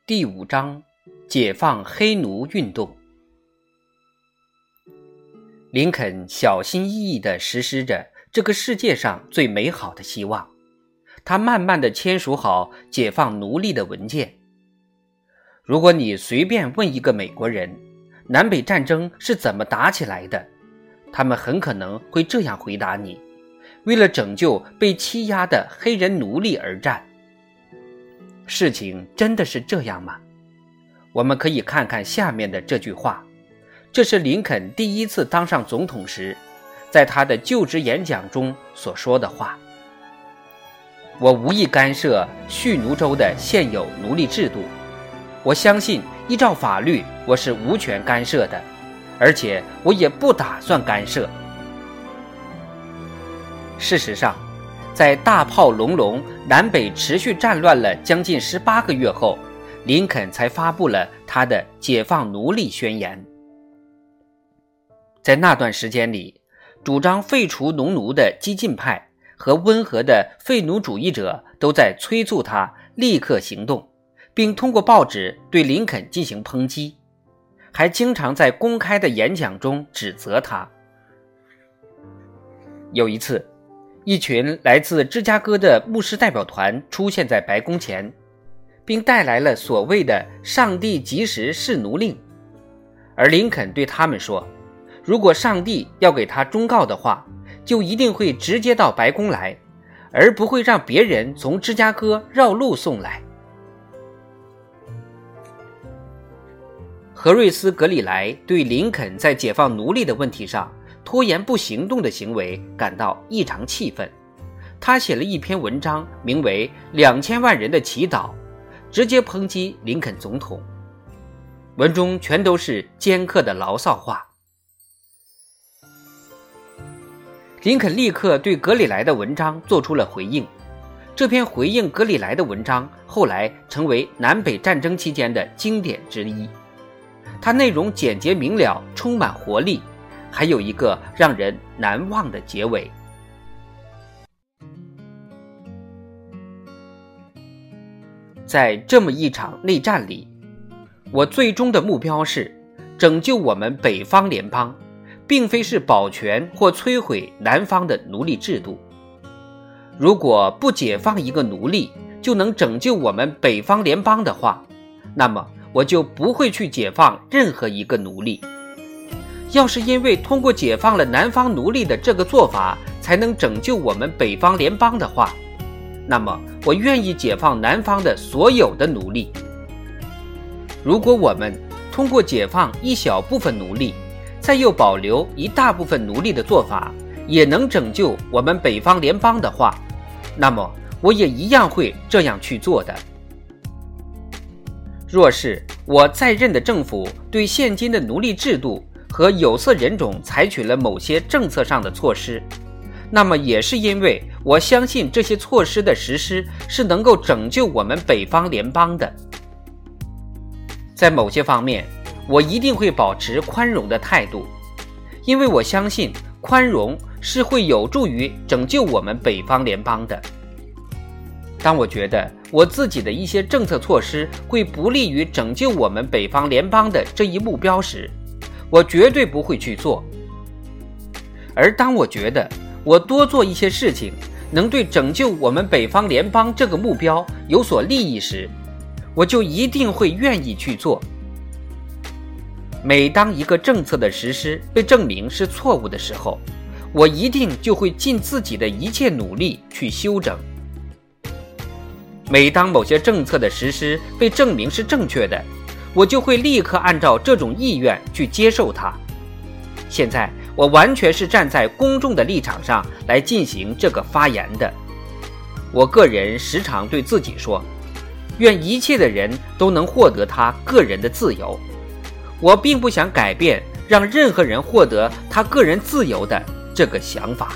第5章解放黑奴运动。林肯小心翼翼地实施着这个世界上最美好的希望，他慢慢地签署好解放奴隶的文件。如果你随便问一个美国人，南北战争是怎么打起来的，他们很可能会这样回答你：为了拯救被欺压的黑人奴隶而战。事情真的是这样吗？我们可以看看下面的这句话，这是林肯第一次当上总统时，在他的就职演讲中所说的话。我无意干涉蓄奴州的现有奴隶制度，我相信依照法律我是无权干涉的，而且我也不打算干涉。事实上，在大炮隆隆南北持续战乱了将近18个月后，林肯才发布了他的解放奴隶宣言。在那段时间里，主张废除农奴的激进派和温和的废奴主义者都在催促他立刻行动，并通过报纸对林肯进行抨击，还经常在公开的演讲中指责他。有一次，一群来自芝加哥的牧师代表团出现在白宫前，并带来了所谓的上帝即时释奴令，而林肯对他们说，如果上帝要给他忠告的话，就一定会直接到白宫来，而不会让别人从芝加哥绕路送来。何瑞斯·格里莱对林肯在解放奴隶的问题上拖延不行动的行为感到异常气愤，他写了一篇文章，名为《2000万人的祈祷》，直接抨击林肯总统。文中全都是尖刻的牢骚话。林肯立刻对格里莱的文章做出了回应，这篇回应格里莱的文章后来成为南北战争期间的经典之一。它内容简洁明了，充满活力，还有一个让人难忘的结尾。在这么一场内战里，我最终的目标是拯救我们北方联邦，并非是保全或摧毁南方的奴隶制度。如果不解放一个奴隶就能拯救我们北方联邦的话，那么我就不会去解放任何一个奴隶。要是因为通过解放了南方奴隶的这个做法才能拯救我们北方联邦的话，那么我愿意解放南方的所有的奴隶。如果我们通过解放一小部分奴隶，再又保留一大部分奴隶的做法也能拯救我们北方联邦的话，那么我也一样会这样去做的。若是我在任的政府对现今的奴隶制度和有色人种采取了某些政策上的措施，那么也是因为我相信这些措施的实施是能够拯救我们北方联邦的。在某些方面，我一定会保持宽容的态度，因为我相信宽容是会有助于拯救我们北方联邦的。当我觉得我自己的一些政策措施会不利于拯救我们北方联邦的这一目标时，我绝对不会去做。而当我觉得我多做一些事情能对拯救我们北方联邦这个目标有所利益时，我就一定会愿意去做。每当一个政策的实施被证明是错误的时候，我一定就会尽自己的一切努力去修正。每当某些政策的实施被证明是正确的，我就会立刻按照这种意愿去接受它。现在我完全是站在公众的立场上来进行这个发言的。我个人时常对自己说，愿一切的人都能获得他个人的自由。我并不想改变让任何人获得他个人自由的这个想法。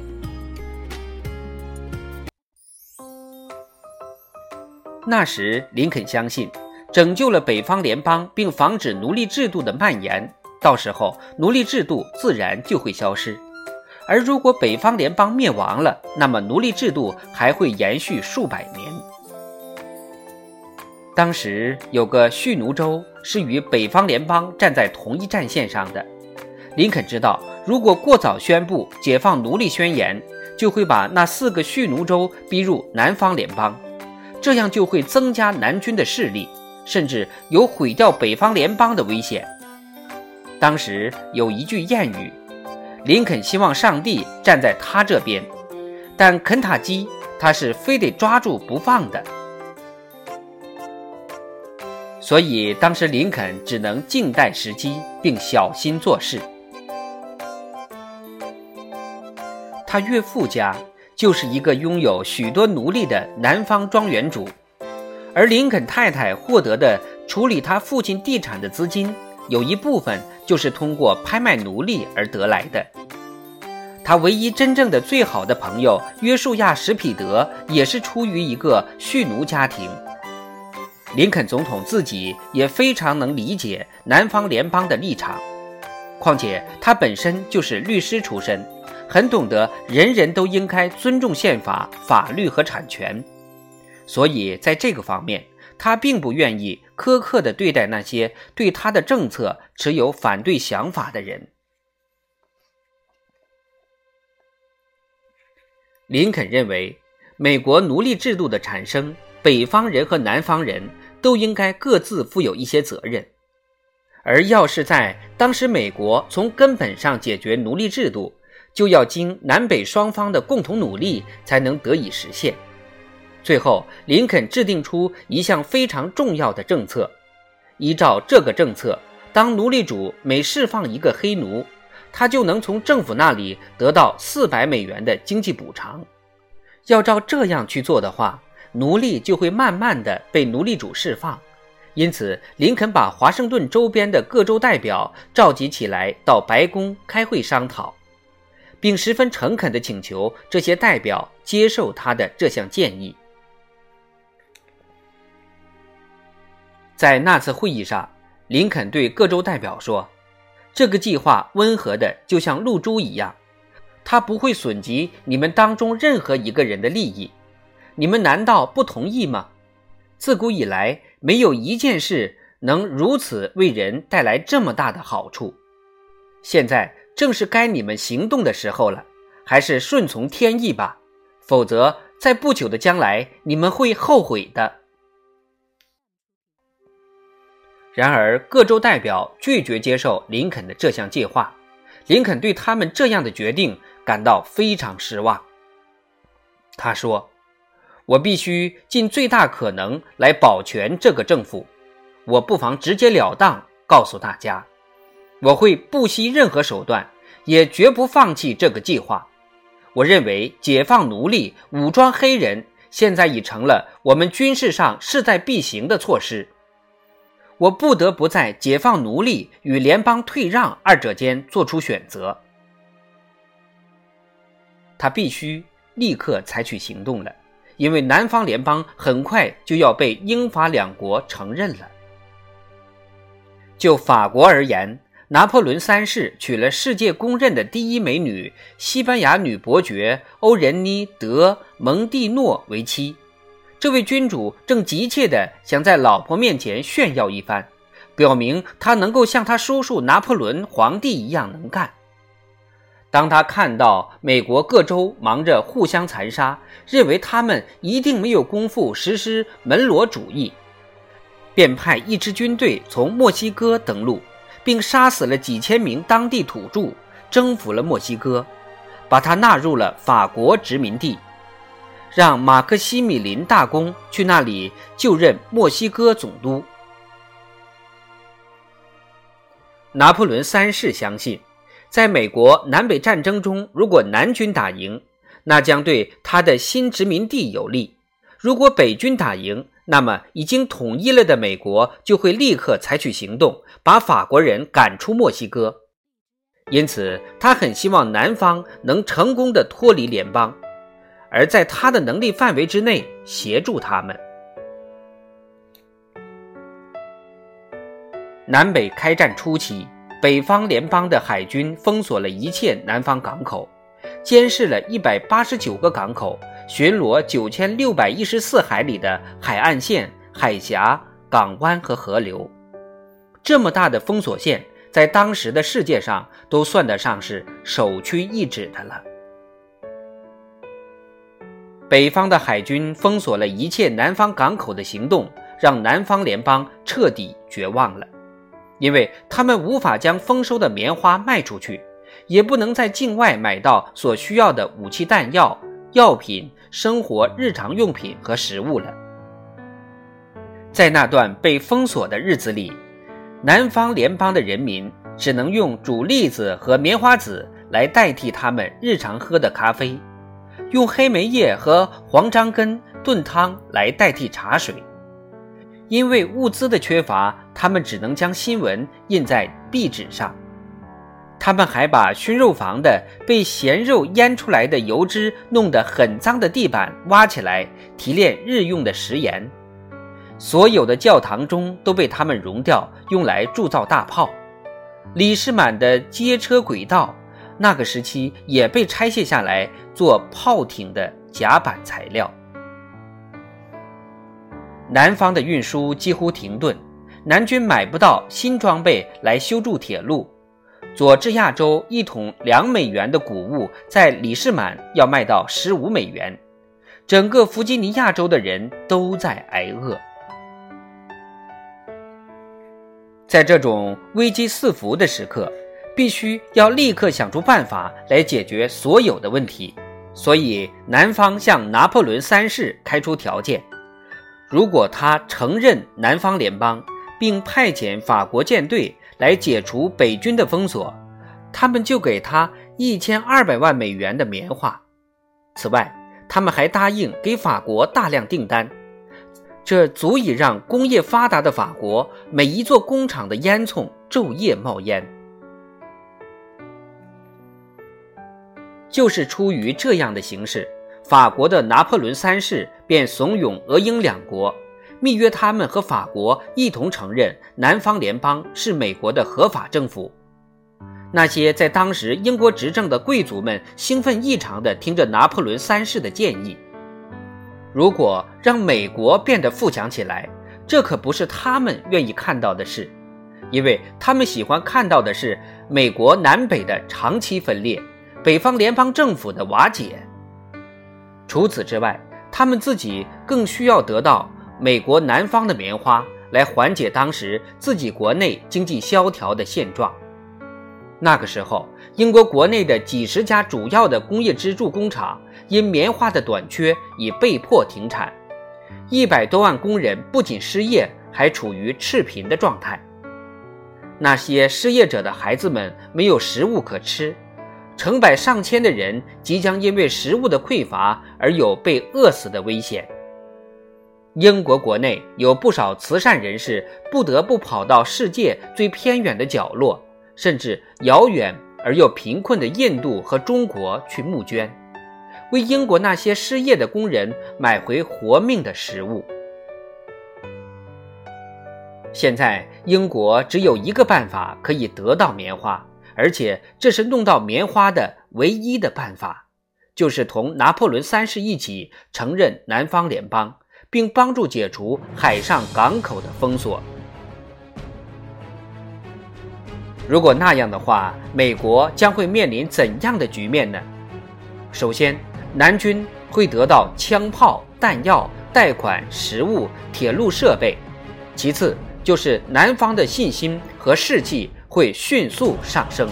那时林肯相信，拯救了北方联邦并防止奴隶制度的蔓延，到时候奴隶制度自然就会消失。而如果北方联邦灭亡了，那么奴隶制度还会延续数百年。 当时有个蓄奴州是与北方联邦站在同一战线上的。林肯知道，如果过早宣布解放奴隶宣言，就会把那4个蓄奴州逼入南方联邦，这样就会增加南军的势力，甚至有毁掉北方联邦的危险。当时有一句谚语，林肯希望上帝站在他这边，但肯塔基他是非得抓住不放的。所以当时林肯只能静待时机，并小心做事。他岳父家就是一个拥有许多奴隶的南方庄园主，而林肯太太获得的处理他父亲地产的资金，有一部分就是通过拍卖奴隶而得来的。他唯一真正的最好的朋友约书亚·史匹德也是出于一个蓄奴家庭。林肯总统自己也非常能理解南方联邦的立场，况且他本身就是律师出身，很懂得人人都应该尊重宪法、法律和产权，所以在这个方面，他并不愿意苛刻地对待那些对他的政策持有反对想法的人。林肯认为，美国奴隶制度的产生，北方人和南方人都应该各自负有一些责任，而要是在当时美国从根本上解决奴隶制度，就要经南北双方的共同努力才能得以实现。最后，林肯制定出一项非常重要的政策，依照这个政策，当奴隶主每释放一个黑奴，他就能从政府那里得到$400的经济补偿。要照这样去做的话，奴隶就会慢慢地被奴隶主释放。因此，林肯把华盛顿周边的各州代表召集起来到白宫开会商讨，并十分诚恳地请求这些代表接受他的这项建议。在那次会议上，林肯对各州代表说，这个计划温和的就像露珠一样，它不会损及你们当中任何一个人的利益。你们难道不同意吗？自古以来，没有一件事能如此为人带来这么大的好处。现在正是该你们行动的时候了，还是顺从天意吧，否则在不久的将来，你们会后悔的。然而，各州代表拒绝接受林肯的这项计划，林肯对他们这样的决定感到非常失望。他说，我必须尽最大可能来保全这个政府，我不妨直截了当告诉大家，我会不惜任何手段，也绝不放弃这个计划。我认为解放奴隶、武装黑人现在已成了我们军事上势在必行的措施。我不得不在解放奴隶与联邦退让二者间做出选择。他必须立刻采取行动了，因为南方联邦很快就要被英法两国承认了。就法国而言，拿破仑三世娶了世界公认的第一美女西班牙女伯爵欧仁妮·德·蒙蒂诺为妻。这位君主正急切地想在老婆面前炫耀一番，表明他能够像他叔叔拿破仑皇帝一样能干。当他看到美国各州忙着互相残杀，认为他们一定没有功夫实施门罗主义，便派一支军队从墨西哥登陆，并杀死了几千名当地土著，征服了墨西哥，把它纳入了法国殖民地，让马克西米林大公去那里就任墨西哥总督。拿破仑三世相信，在美国南北战争中，如果南军打赢，那将对他的新殖民地有利；如果北军打赢，那么已经统一了的美国就会立刻采取行动，把法国人赶出墨西哥。因此，他很希望南方能成功地脱离联邦，而在他的能力范围之内协助他们。南北开战初期，北方联邦的海军封锁了一切南方港口，监视了189个港口，巡逻9614海里的海岸线海峡、港湾和河流。这么大的封锁线，在当时的世界上都算得上是首屈一指的了。北方的海军封锁了一切南方港口的行动，让南方联邦彻底绝望了，因为他们无法将丰收的棉花卖出去，也不能在境外买到所需要的武器弹药、药品、生活日常用品和食物了。在那段被封锁的日子里，南方联邦的人民只能用煮栗子和棉花籽来代替他们日常喝的咖啡，用黑莓叶和黄樟根炖汤来代替茶水。因为物资的缺乏，他们只能将新闻印在壁纸上。他们还把熏肉房的被咸肉腌出来的油脂弄得很脏的地板挖起来提炼日用的食盐。所有的教堂钟都被他们熔掉，用来铸造大炮。李士满的街车轨道，那个时期也被拆卸下来做炮艇的甲板材料。南方的运输几乎停顿，南军买不到新装备来修筑铁路。佐治亚州1桶2美元的谷物在李士满要卖到15美元，整个弗吉尼亚州的人都在挨饿。在这种危机四伏的时刻，必须要立刻想出办法来解决所有的问题，所以南方向拿破仑三世开出条件，如果他承认南方联邦，并派遣法国舰队来解除北军的封锁，他们就给他1200万美元的棉花。此外，他们还答应给法国大量订单，这足以让工业发达的法国每一座工厂的烟囱昼夜冒烟。就是出于这样的形势，法国的拿破仑三世便怂恿俄英两国，密约他们和法国一同承认南方联邦是美国的合法政府。那些在当时英国执政的贵族们兴奋异常地听着拿破仑三世的建议。如果让美国变得富强起来，这可不是他们愿意看到的事，因为他们喜欢看到的是美国南北的长期分裂，北方联邦政府的瓦解。除此之外，他们自己更需要得到美国南方的棉花，来缓解当时自己国内经济萧条的现状。那个时候，英国国内的几十家主要的工业支柱工厂因棉花的短缺已被迫停产，100多万工人不仅失业，还处于赤贫的状态。那些失业者的孩子们没有食物可吃，成百上千的人即将因为食物的匮乏而有被饿死的危险。英国国内有不少慈善人士不得不跑到世界最偏远的角落，甚至遥远而又贫困的印度和中国去募捐，为英国那些失业的工人买回活命的食物。现在英国只有一个办法可以得到棉花，而且这是弄到棉花的唯一的办法，就是同拿破仑三世一起承认南方联邦，并帮助解除海上港口的封锁。如果那样的话，美国将会面临怎样的局面呢？首先，南军会得到枪炮、弹药、贷款、食物、铁路设备；其次就是南方的信心和士气会迅速上升。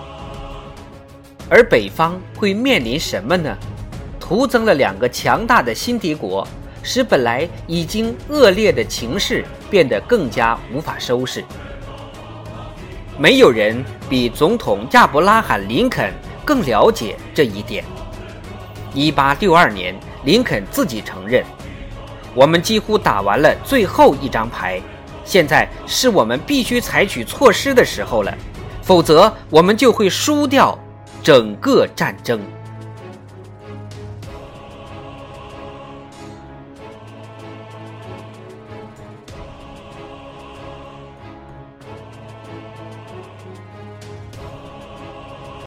而北方会面临什么呢？徒增了2个强大的新敌国，使本来已经恶劣的情势变得更加无法收拾。没有人比总统亚伯拉罕·林肯更了解这一点。1862年，林肯自己承认，我们几乎打完了最后一张牌，现在是我们必须采取措施的时候了，否则我们就会输掉整个战争。